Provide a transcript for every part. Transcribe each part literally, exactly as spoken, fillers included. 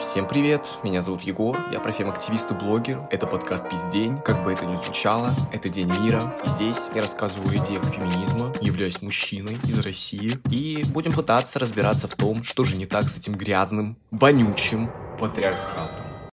Всем привет, меня зовут Егор, я профем-активист и блогер. Это подкаст «Пиздень», как бы это ни звучало, это День мира. И здесь я рассказываю о идеях феминизма, являюсь мужчиной из России. И будем пытаться разбираться в том, что же не так с этим грязным, вонючим патриархатом.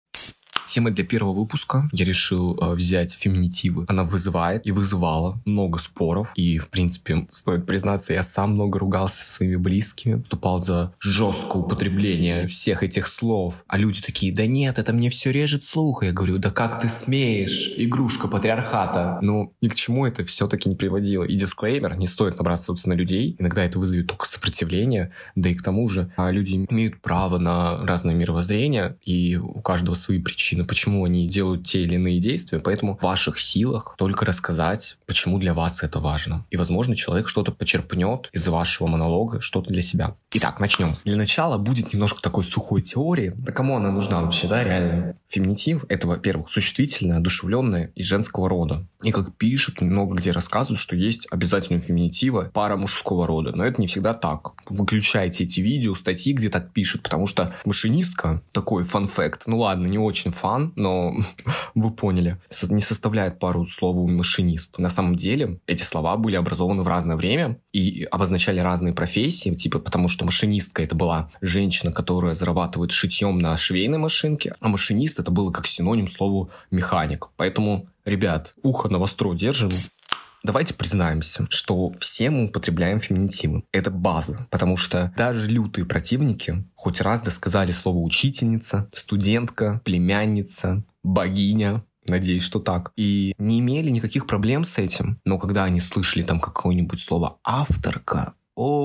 Темой для первого выпуска я решил э, взять феминитивы. Она вызывает и вызывала много споров. И, в принципе, стоит признаться, я сам много ругался со своими близкими. Вступал за жесткое употребление всех этих слов. А люди такие: да нет, это мне все режет слух. Я говорю: да как ты смеешь, игрушка патриархата. Но ни к чему это все-таки не приводило. И дисклеймер: не стоит набрасываться на людей. Иногда это вызовет только сопротивление. Да и к тому же люди имеют право на разное мировоззрение. И у каждого свои причины, почему они делают те или иные действия, поэтому в ваших силах только рассказать, почему для вас это важно. И, возможно, человек что-то почерпнет из вашего монолога, что-то для себя. Итак, начнем. Для начала будет немножко такой сухой теории. Да кому она нужна вообще, да, реально? Феминитив — это, во-первых, существительное, одушевленное из женского рода. И как пишут, много где рассказывают, что есть обязательно феминитива пара мужского рода. Но это не всегда так. Выключайте эти видео, статьи, где так пишут, потому что машинистка, такой фан-факт, ну ладно, не очень фан, но вы поняли, не составляет пару слову машинист. На самом деле эти слова были образованы в разное время и обозначали разные профессии, типа потому что машинистка — это была женщина, которая зарабатывает шитьем на швейной машинке, а машинист — это было как синоним слову механик. Поэтому, ребят, ухо навостро держим. Давайте признаемся, что все мы употребляем феминитивы. Это база, потому что даже лютые противники хоть раз досказали слово учительница, студентка, племянница, богиня. Надеюсь, что так. И не имели никаких проблем с этим. Но когда они слышали там какое-нибудь слово авторка,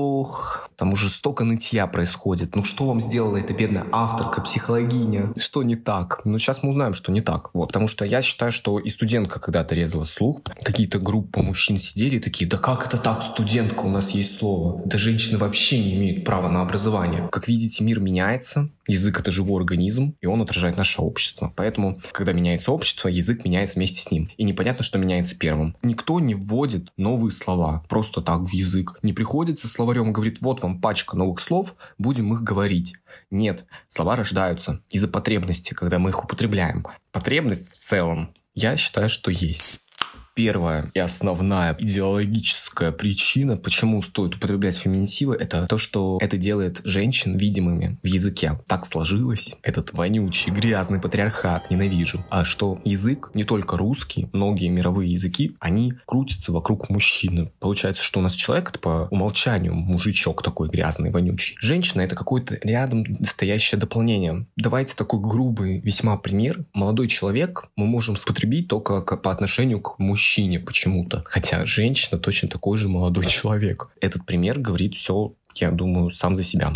ох, там уже столько нытья происходит. Ну что вам сделала эта бедная авторка, психологиня? Что не так? Ну сейчас мы узнаем, что не так. Вот. Потому что я считаю, что и студентка когда-то резала слух. Какие-то группы мужчин сидели и такие: да как это так, студентка, у нас есть слово? Да женщины вообще не имеют права на образование. Как видите, мир меняется. Язык — это живой организм, и он отражает наше общество. Поэтому, когда меняется общество, язык меняется вместе с ним. И непонятно, что меняется первым. Никто не вводит новые слова просто так в язык. Не приходит со словарем и говорит: вот вам пачка новых слов, будем их говорить. Нет, слова рождаются из-за потребности, когда мы их употребляем. Потребность в целом, я считаю, что есть. Первая и основная идеологическая причина, почему стоит употреблять феминитивы, это то, что это делает женщин видимыми в языке. Так сложилось. Этот вонючий, грязный патриархат, ненавижу. А что язык, не только русский, многие мировые языки, они крутятся вокруг мужчины. Получается, что у нас человек — это по умолчанию мужичок такой грязный, вонючий. Женщина — это какое-то рядом стоящее дополнение. Давайте такой грубый весьма пример. Молодой человек мы можем употребить только по отношению к мужчине. Мужчине почему-то. Хотя женщина точно такой же молодой человек. Этот пример говорит все, я думаю, сам за себя.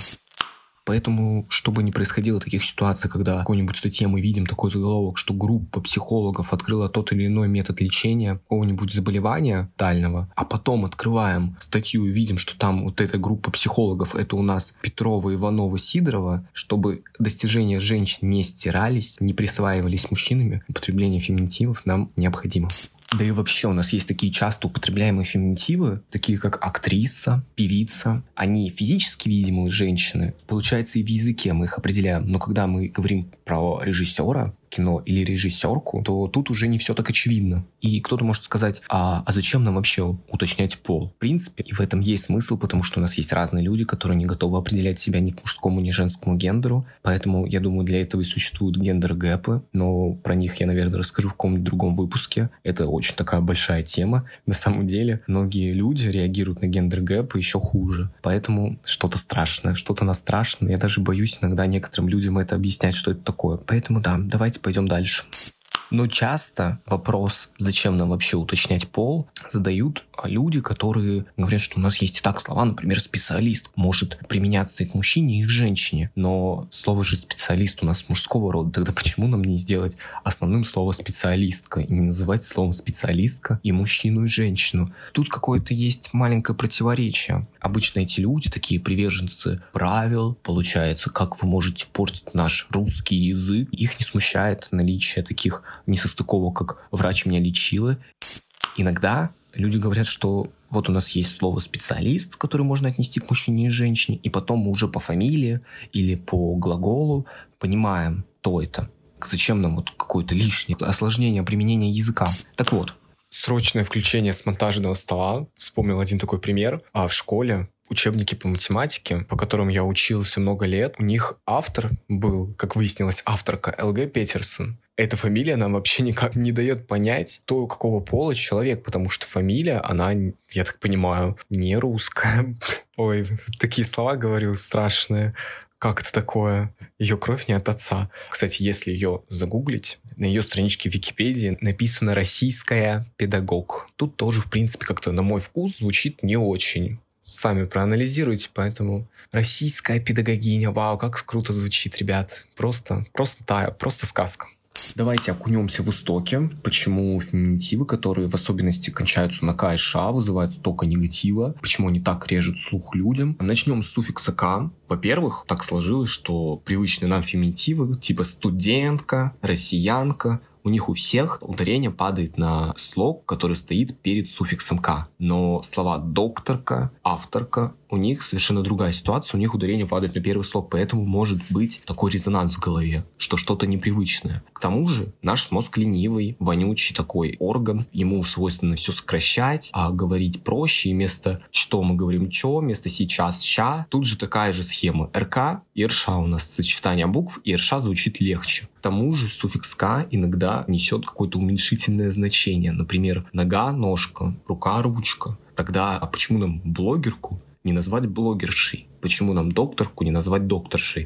Поэтому, чтобы не происходило таких ситуаций, когда в какой-нибудь статье мы видим такой заголовок, что группа психологов открыла тот или иной метод лечения какого-нибудь заболевания дальнего, а потом открываем статью и видим, что там вот эта группа психологов — это у нас Петрова, Иванова, Сидорова, чтобы достижения женщин не стирались, не присваивались мужчинами, употребление феминитивов нам необходимо. Да и вообще у нас есть такие часто употребляемые феминитивы, такие как актриса, певица. Они физически видимые женщины. Получается, и в языке мы их определяем. Но когда мы говорим про режиссера кино или режиссерку, то тут уже не все так очевидно. И кто-то может сказать: а, а зачем нам вообще уточнять пол? В принципе, и в этом есть смысл, потому что у нас есть разные люди, которые не готовы определять себя ни к мужскому, ни к женскому гендеру. Поэтому, я думаю, для этого и существуют гендер-гэпы. Но про них я, наверное, расскажу в каком-нибудь другом выпуске. Это очень такая большая тема. На самом деле, многие люди реагируют на гендер-гэпы еще хуже. Поэтому что-то страшное, что-то на страшном. Я даже боюсь иногда некоторым людям это объяснять, что это такое. Поэтому да, давайте пойдем дальше. Но часто вопрос, зачем нам вообще уточнять пол, задают люди, которые говорят, что у нас есть и так слова, например, специалист может применяться и к мужчине, и к женщине. Но слово же специалист у нас мужского рода. Тогда почему нам не сделать основным слово специалистка и не называть словом специалистка и мужчину, и женщину? Тут какое-то есть маленькое противоречие. Обычно эти люди, такие приверженцы правил, получается, как вы можете портить наш русский язык, их не смущает наличие таких несостыковок, как «врач меня лечила». Иногда люди говорят, что вот у нас есть слово «специалист», которое можно отнести к мужчине и женщине, и потом мы уже по фамилии или по глаголу понимаем, кто это. Зачем нам вот какое-то лишнее осложнение применения языка? Так вот, срочное включение с монтажного стола. Вспомнил один такой пример. А в школе учебники по математике, по которым я учился много лет, у них автор был, как выяснилось, авторка Л Г Петерсон. Эта фамилия нам вообще никак не дает понять, то, какого пола человек, потому что фамилия, она, я так понимаю, не русская. Ой, такие слова говорил страшные. Как это такое? Ее кровь не от отца. Кстати, если ее загуглить, на ее страничке в Википедии написано «российская педагог». Тут тоже, в принципе, как-то на мой вкус звучит не очень. Сами проанализируйте, поэтому российская педагогиня, вау, как круто звучит, ребят. Просто, просто тая, просто сказка. Давайте окунемся в истоки. Почему феминитивы, которые в особенности кончаются на «к» и «ш», вызывают столько негатива? Почему они так режут слух людям? Начнем с суффикса «к». Во-первых, так сложилось, что привычные нам феминитивы, типа студентка, россиянка, у них у всех ударение падает на слог, который стоит перед суффиксом «к». Но слова «докторка», «авторка», у них совершенно другая ситуация, у них ударение падает на первый слог, поэтому может быть такой резонанс в голове, что что-то непривычное. К тому же наш мозг ленивый, вонючий такой орган, ему свойственно все сокращать, а говорить проще, и вместо «что» мы говорим «чё», вместо «сейчас» «ща». Тут же такая же схема. РК и РШ у нас сочетание букв, и РШ звучит легче. К тому же суффикс «к» иногда несет какое-то уменьшительное значение. Например, нога, ножка, рука, ручка. Тогда а почему нам блогерку не назвать блогершей? Почему нам докторку не назвать докторшей?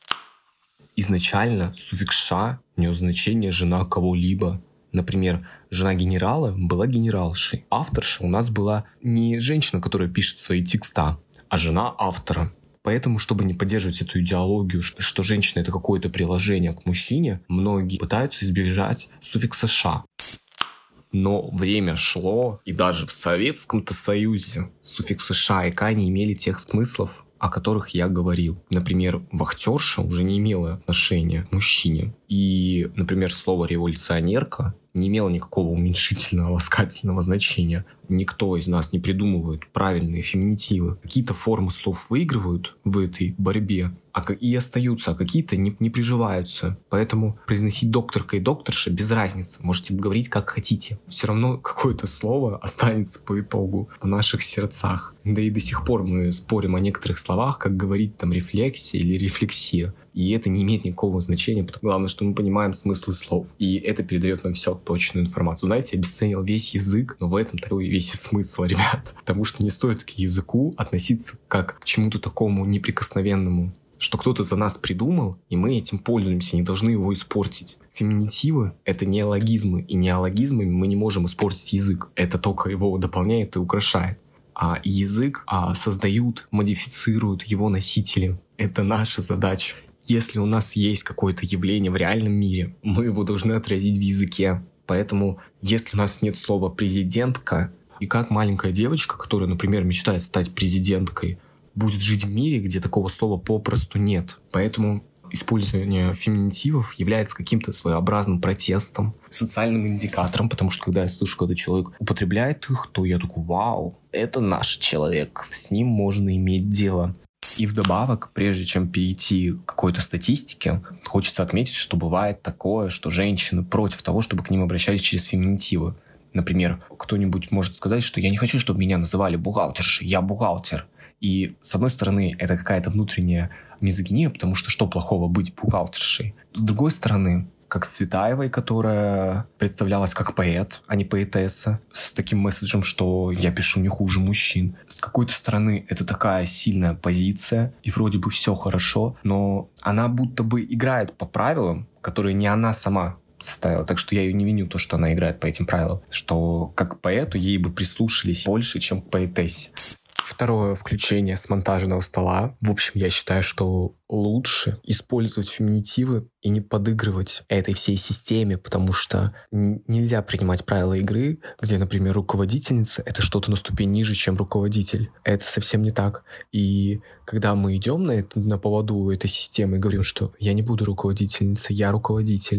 Изначально суффикс «ша» нес значение «жена кого-либо». Например, жена генерала была генералшей. Авторша у нас была не женщина, которая пишет свои текста, а жена автора. Поэтому, чтобы не поддерживать эту идеологию, что женщина — это какое-то приложение к мужчине, многие пытаются избежать суффикса «ша». Но время шло, и даже в Советском-то Союзе суффиксы «ша» и «к» не имели тех смыслов, о которых я говорил. Например, вахтерша уже не имела отношения к мужчине. И, например, слово «революционерка» не имело никакого уменьшительного, ласкательного значения. Никто из нас не придумывает правильные феминитивы. Какие-то формы слов выигрывают в этой борьбе, а и остаются, а какие-то не, не приживаются. Поэтому произносить докторка и докторша без разницы. Можете говорить как хотите. Все равно какое-то слово останется по итогу в наших сердцах. Да и до сих пор мы спорим о некоторых словах, как говорить там рефлексия или рефлексия. И это не имеет никакого значения, потому главное, что мы понимаем смыслы слов. И это передает нам все точную информацию. Знаете, я обесценил весь язык, но в этом такой весь смысл, ребят. Потому что не стоит к языку относиться как к чему-то такому неприкосновенному, что кто-то за нас придумал, и мы этим пользуемся, не должны его испортить. Феминитивы — это неологизмы, и неологизмами мы не можем испортить язык. Это только его дополняет и украшает. А язык а, создают, модифицируют его носители. Это наша задача. Если у нас есть какое-то явление в реальном мире, мы его должны отразить в языке. Поэтому, если у нас нет слова «президентка», и как маленькая девочка, которая, например, мечтает стать президенткой, будет жить в мире, где такого слова попросту нет. Поэтому использование феминитивов является каким-то своеобразным протестом, социальным индикатором, потому что когда я слышу, когда человек употребляет их, то я такой: вау, это наш человек, с ним можно иметь дело. И вдобавок, прежде чем перейти к какой-то статистике, хочется отметить, что бывает такое, что женщины против того, чтобы к ним обращались через феминитивы. Например, кто-нибудь может сказать, что я не хочу, чтобы меня называли бухгалтершей, я бухгалтер. И, с одной стороны, это какая-то внутренняя мизогиния, потому что что плохого быть бухгалтершей? С другой стороны, как с Цветаевой, которая представлялась как поэт, а не поэтесса, с таким месседжем, что я пишу не хуже мужчин. С какой-то стороны, это такая сильная позиция, и вроде бы все хорошо, но она будто бы играет по правилам, которые не она сама составила. Так что я ее не виню, то, что она играет по этим правилам. Что как к поэту ей бы прислушались больше, чем к поэтессе. Второе включение с монтажного стола. В общем, я считаю, что лучше использовать феминитивы и не подыгрывать этой всей системе, потому что нельзя принимать правила игры, где, например, руководительница — это что-то на ступень ниже, чем руководитель. Это совсем не так. И когда мы идем на, это, на поводу этой системы и говорим, что я не буду руководительницей, я руководитель,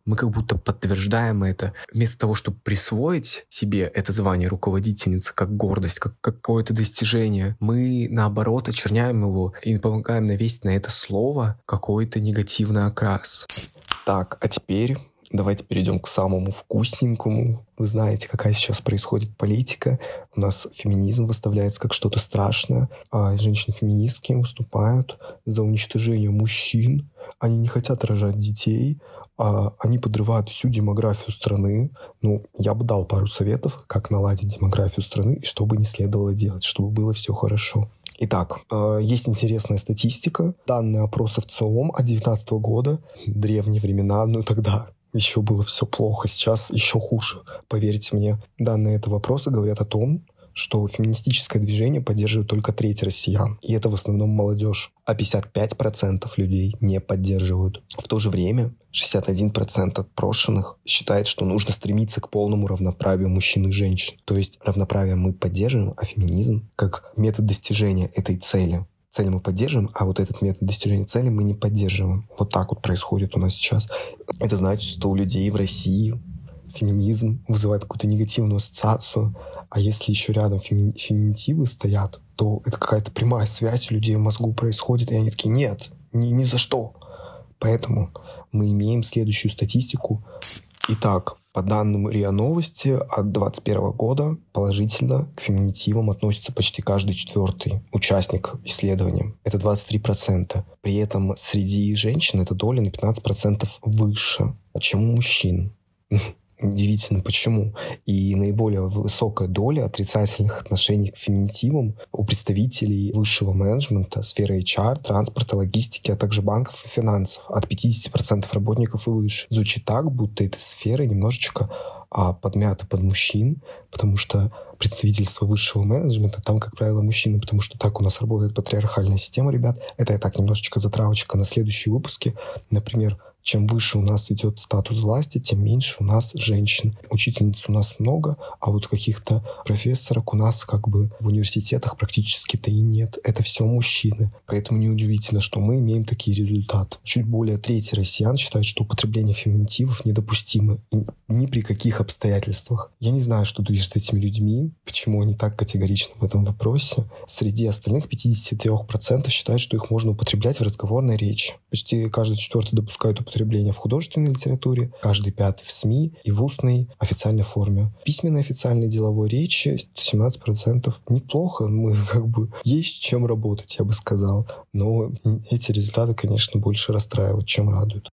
мы как будто подтверждаем это. Вместо того, чтобы присвоить себе это звание руководительницы как гордость, как какое-то достижение, мы, наоборот, очерняем его и помогаем навесить на это слово какой-то негативный окрас. Так, а теперь давайте перейдем к самому вкусненькому. Вы знаете, какая сейчас происходит политика. У нас феминизм выставляется как что-то страшное, а женщины-феминистки выступают за уничтожение мужчин. Они не хотят рожать детей, а они подрывают всю демографию страны. Ну, я бы дал пару советов, как наладить демографию страны и что бы не следовало делать, чтобы было все хорошо. Итак, есть интересная статистика. Данные опросов ЦИОМ от две тысячи девятнадцатого года. Древние времена, ну тогда еще было все плохо, сейчас еще хуже. Поверьте мне, данные этого опроса говорят о том, что феминистическое движение поддерживает только треть россиян. И это в основном молодежь. А пятьдесят пять процентов людей не поддерживают. В то же время шестьдесят один процент опрошенных считает, что нужно стремиться к полному равноправию мужчин и женщин. То есть равноправие мы поддерживаем, а феминизм как метод достижения этой цели. Цель мы поддерживаем, а вот этот метод достижения цели мы не поддерживаем. Вот так вот происходит у нас сейчас. Это значит, что у людей в России феминизм вызывает какую-то негативную ассоциацию. А если еще рядом феми- феминитивы стоят, то это какая-то прямая связь у людей в мозгу происходит, и они такие: нет, ни, ни за что. Поэтому мы имеем следующую статистику. Итак, по данным РИА Новости от двадцать первого года положительно к феминитивам относится почти каждый четвертый участник исследования. Это двадцать три процента. При этом среди женщин эта доля на пятнадцать процентов выше, чем у мужчин. Удивительно, почему. И наиболее высокая доля отрицательных отношений к феминитивам у представителей высшего менеджмента, сферы эйч ар, транспорта, логистики, а также банков и финансов. От пятьдесят процентов работников и выше. Звучит так, будто эта сфера немножечко а, подмята под мужчин, потому что представительство высшего менеджмента там, как правило, мужчины, потому что так у нас работает патриархальная система, ребят. Это я так немножечко затравочка на следующие выпуски. Например, чем выше у нас идет статус власти, тем меньше у нас женщин. Учительниц у нас много, а вот каких-то профессорок у нас как бы в университетах практически-то и нет. Это все мужчины. Поэтому неудивительно, что мы имеем такие результаты. Чуть более трети россиян считают, что употребление феминитивов недопустимо ни при каких обстоятельствах. Я не знаю, что движет этими людьми, почему они так категоричны в этом вопросе. Среди остальных пятьдесят три процента считают, что их можно употреблять в разговорной речи. Почти каждый четвертый допускает употребление употребление в художественной литературе, каждый пятый в СМИ и в устной официальной форме. Письменной официальной деловой речи семнадцать процентов. Неплохо, мы как бы есть чем работать, я бы сказал. Но эти результаты, конечно, больше расстраивают, чем радуют.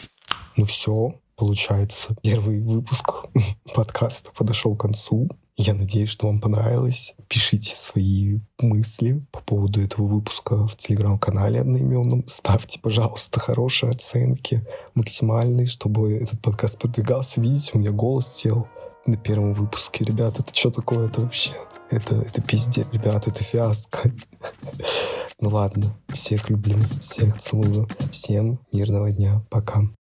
Ну все, получается, первый выпуск подкаста подошел к концу. Я надеюсь, что вам понравилось. Пишите свои мысли по поводу этого выпуска в телеграм-канале одноименном. Ставьте, пожалуйста, хорошие оценки, максимальные, чтобы этот подкаст продвигался. Видите, у меня голос сел на первом выпуске. Ребята, это что такое это вообще? Это, это пиздец, ребята, это фиаско. Ну ладно, всех люблю, всех целую. Всем мирного дня. Пока.